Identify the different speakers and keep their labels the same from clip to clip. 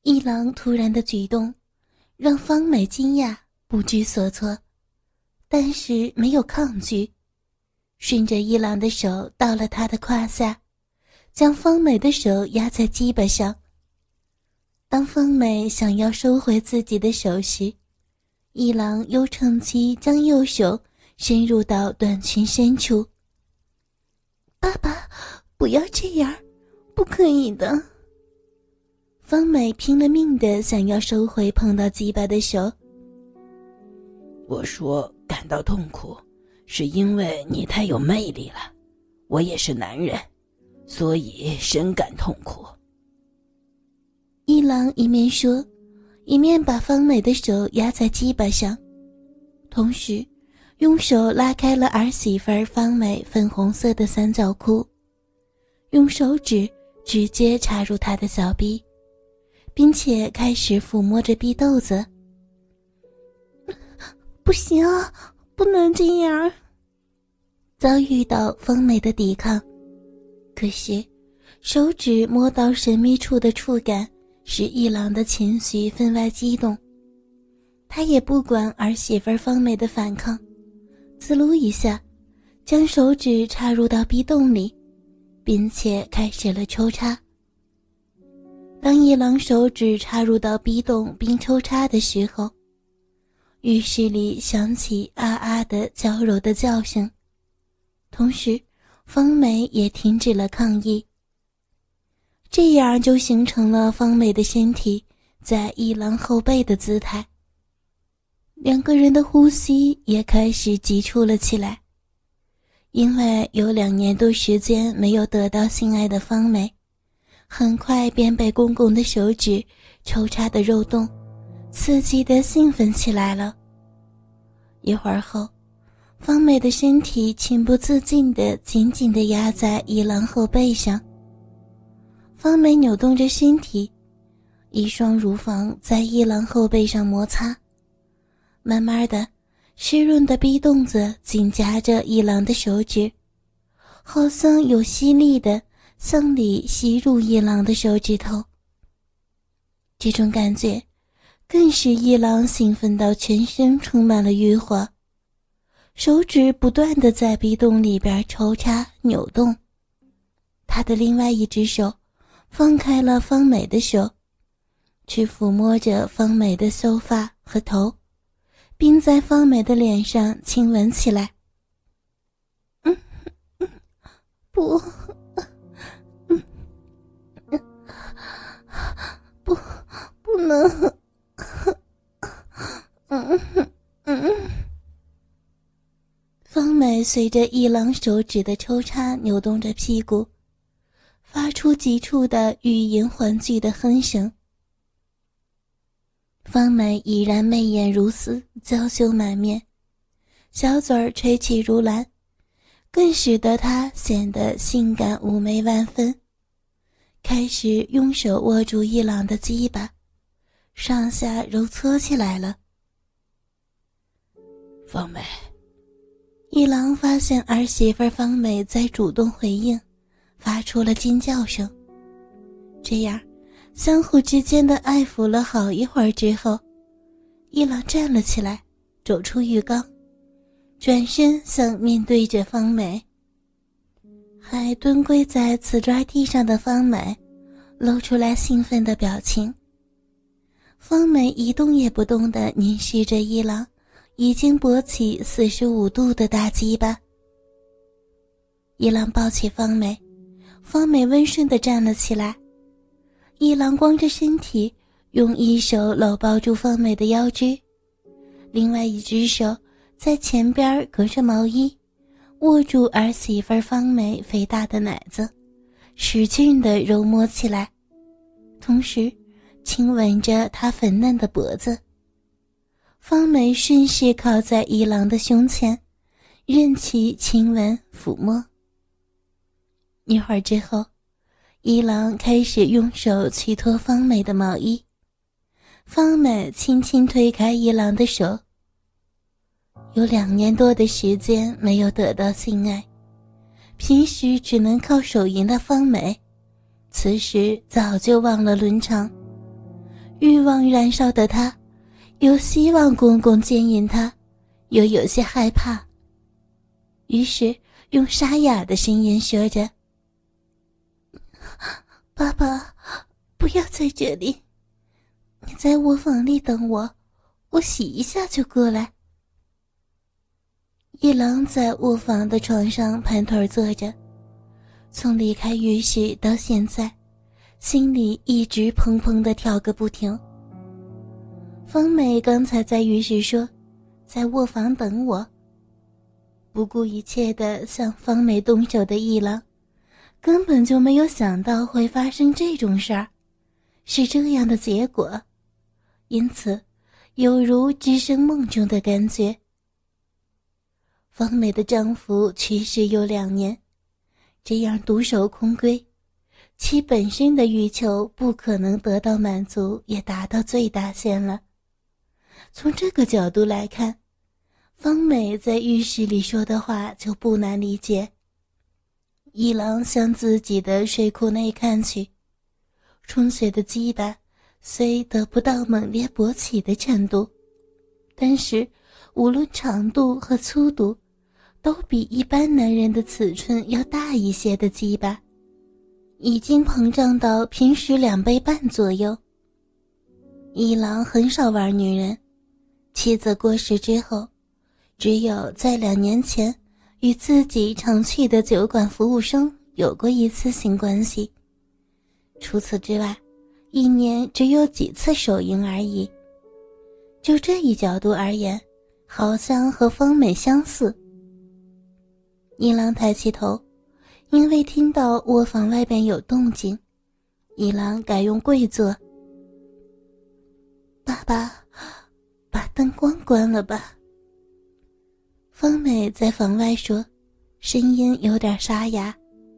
Speaker 1: 一郎突然的举动让方美惊讶不知所措，但是没有抗拒，顺着一郎的手到了他的胯下，将方美的手压在鸡巴上。当方美想要收回自己的手时，一郎又趁机将右手伸入到短裙深处。爸爸，不要这样，不可以的。方美拼了命的想要收回碰到鸡巴的手。
Speaker 2: 我说感到痛苦，是因为你太有魅力了，我也是男人，所以深感痛苦。
Speaker 1: 一郎一面说，一面把方美的手压在鸡巴上，同时用手拉开了儿媳妇方美粉红色的三角裤，用手指直接插入她的小臂，并且开始抚摸着逼豆子。不行，不能这样。遭遇到方美的抵抗，可是手指摸到神秘处的触感使一郎的情绪分外激动，他也不管儿媳妇方美的反抗，滋噜一下将手指插入到逼洞里，并且开始了抽插。当一郎手指插入到逼洞并抽插的时候，浴室里响起啊啊的娇柔的叫声，同时方美也停止了抗议。这样就形成了方美的身体在一郎后背的姿态，两个人的呼吸也开始急促了起来。因为有2年多时间没有得到性爱的方美，很快便被公公的手指抽插的肉洞刺激得兴奋起来了。一会儿后，方美的身体情不自禁地紧紧地压在一郎后背上。方美扭动着身体，一双乳房在一郎后背上摩擦，慢慢的湿润的逼洞子紧夹着一郎的手指，好像有吸力的向里吸入一郎的手指头。这种感觉更使一郎兴奋到全身充满了欲火，手指不断地在逼洞里边抽插扭动。他的另外一只手放开了方美的手，去抚摸着方美的秀发和头，并在方美的脸上亲吻起来。不，不能。方美随着一郎手指的抽插扭动着屁股，发出急促的欲言还拒的哼声。方美依然媚眼如丝，娇羞满面，小嘴儿吹起如兰，更使得她显得性感妩媚万分，开始用手握住一郎的鸡巴，上下揉搓起来了。
Speaker 2: 方美，
Speaker 1: 一郎发现儿媳妇方美在主动回应，发出了惊叫声。这样相互之间的爱抚了好一会儿之后，一郎站了起来，走出浴缸，转身向面对着方美。还蹲跪在瓷砖地上的方美露出来兴奋的表情。方美一动也不动地凝视着一郎已经勃起45度的大鸡巴。一郎抱起方美，方美温顺地站了起来。一郎光着身体，用一手搂抱住方美的腰肢，另外一只手在前边隔着毛衣握住儿媳妇方美肥大的奶子，使劲地揉摸起来，同时亲吻着她粉嫩的脖子。方美顺势靠在一郎的胸前，任其亲吻抚摸。一会儿之后，一郎开始用手去脱方美的毛衣，方美轻轻推开一郎的手。有2年多的时间没有得到性爱，平时只能靠手淫的方美，此时早就忘了伦常， 欲望燃烧的他，又希望公公奸淫他，又有些害怕，于是用沙哑的声音说着：爸爸，不要在这里，你在卧房里等我，我洗一下就过来。一郎在卧房的床上盘腿坐着，从离开浴室到现在，心里一直砰砰地跳个不停。方美刚才在浴室说在卧房等我，不顾一切地向方美动手的一郎根本就没有想到会发生这种事儿，是这样的结果，因此有如只身梦中的感觉。方美的丈夫去世有2年，这样独守空闺，其本身的欲求不可能得到满足，也达到最大限了。从这个角度来看，方美在浴室里说的话就不难理解。一郎向自己的睡裤内看去，充血的鸡巴虽得不到猛烈勃起的程度，但是无论长度和粗度，都比一般男人的尺寸要大一些的鸡巴，已经膨胀到平时2倍半左右。一郎很少玩女人，妻子过世之后，只有在2年前与自己常去的酒馆服务生有过一次性关系，除此之外1年只有几次手淫而已。就这一角度而言，好像和方美相似。一郎抬起头，因为听到卧房外边有动静，一郎改用跪坐。爸爸，把灯光关了吧。方美在房外说，声音有点沙哑。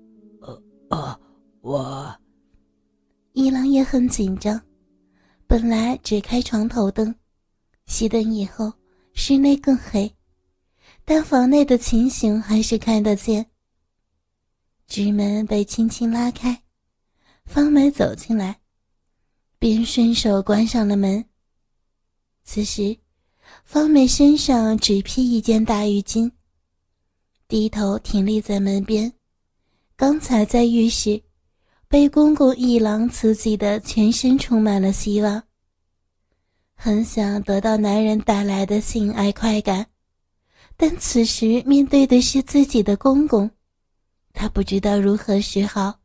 Speaker 2: 我……
Speaker 1: 一郎也很紧张，本来只开床头灯，熄灯以后室内更黑，但房内的情形还是看得见。纸门被轻轻拉开，方美走进来，便顺手关上了门。此时方美身上只披一件大浴巾，低头挺立在门边，刚才在浴室被公公一郎刺激的全身充满了希望，很想得到男人带来的性爱快感，但此时面对的是自己的公公，他不知道如何是好。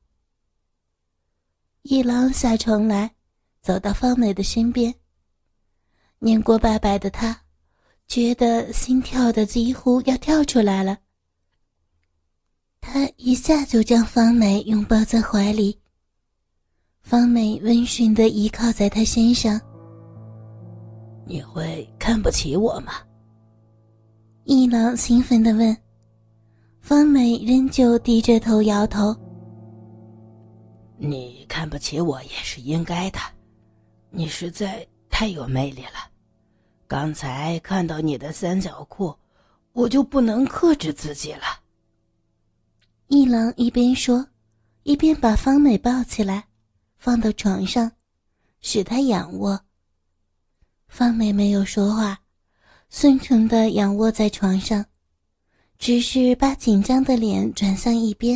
Speaker 1: 一郎下床来，走到方美的身边，年过800的他觉得心跳的几乎要跳出来了。他一下就将方美拥抱在怀里，方美温顺地依靠在他身上。
Speaker 2: 你会看不起我吗？
Speaker 1: 一郎兴奋地问。方美仍旧低着头摇头。
Speaker 2: 你看不起我也是应该的，你实在太有魅力了。刚才看到你的三角裤，我就不能克制自己了。
Speaker 1: 一郎一边说，一边把方美抱起来，放到床上，使她仰卧。方美没有说话，顺从地仰卧在床上，只是把紧张的脸转向一边。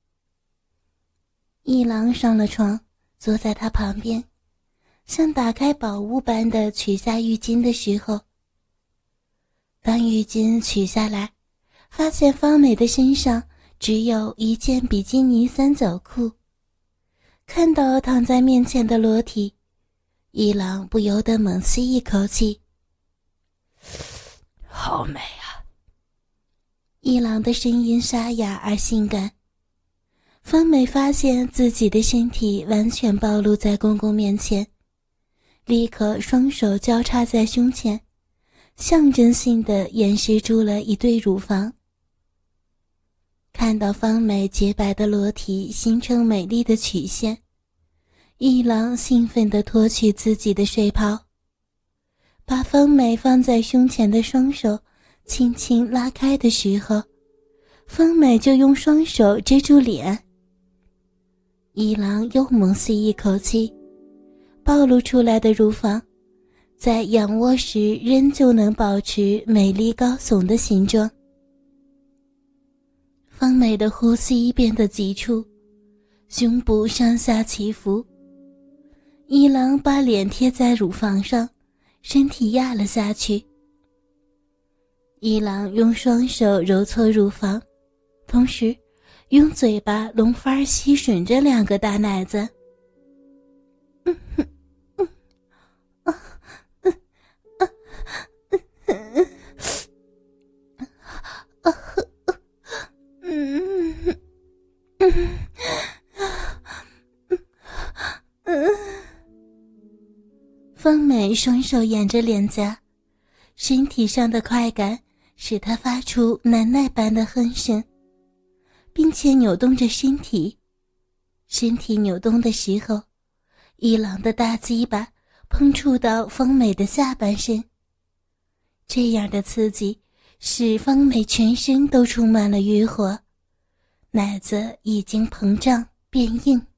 Speaker 1: 一郎上了床，坐在他旁边，像打开宝物般的取下浴巾的时候，当浴巾取下来，发现方美的身上只有一件比基尼三角裤。看到躺在面前的裸体，一郎不由得猛吸一口气。
Speaker 2: 好美啊！
Speaker 1: 一郎的声音沙哑而性感。方美发现自己的身体完全暴露在公公面前，立刻双手交叉在胸前，象征性地掩饰住了一对乳房。看到方美洁白的裸体形成美丽的曲线，一郎兴奋地脱去自己的睡袍，把方美放在胸前的双手轻轻拉开的时候，方美就用双手遮住脸。一郎又猛吸一口气，把暴露出来的乳房在仰卧时仍旧能保持美丽高耸的形状。方美的呼吸变得急促，胸部上下起伏。一郎把脸贴在乳房上，身体压了下去。一郎用双手揉搓乳房，同时用嘴巴龙发吸吮着2个大奶子。方美双手掩着脸颊，身体上的快感使她发出难耐般的哼声，并且扭动着身体。身体扭动的时候，一郎的大鸡巴碰触到方美的下半身，这样的刺激使方美全身都充满了欲火，奶子已经膨胀变硬。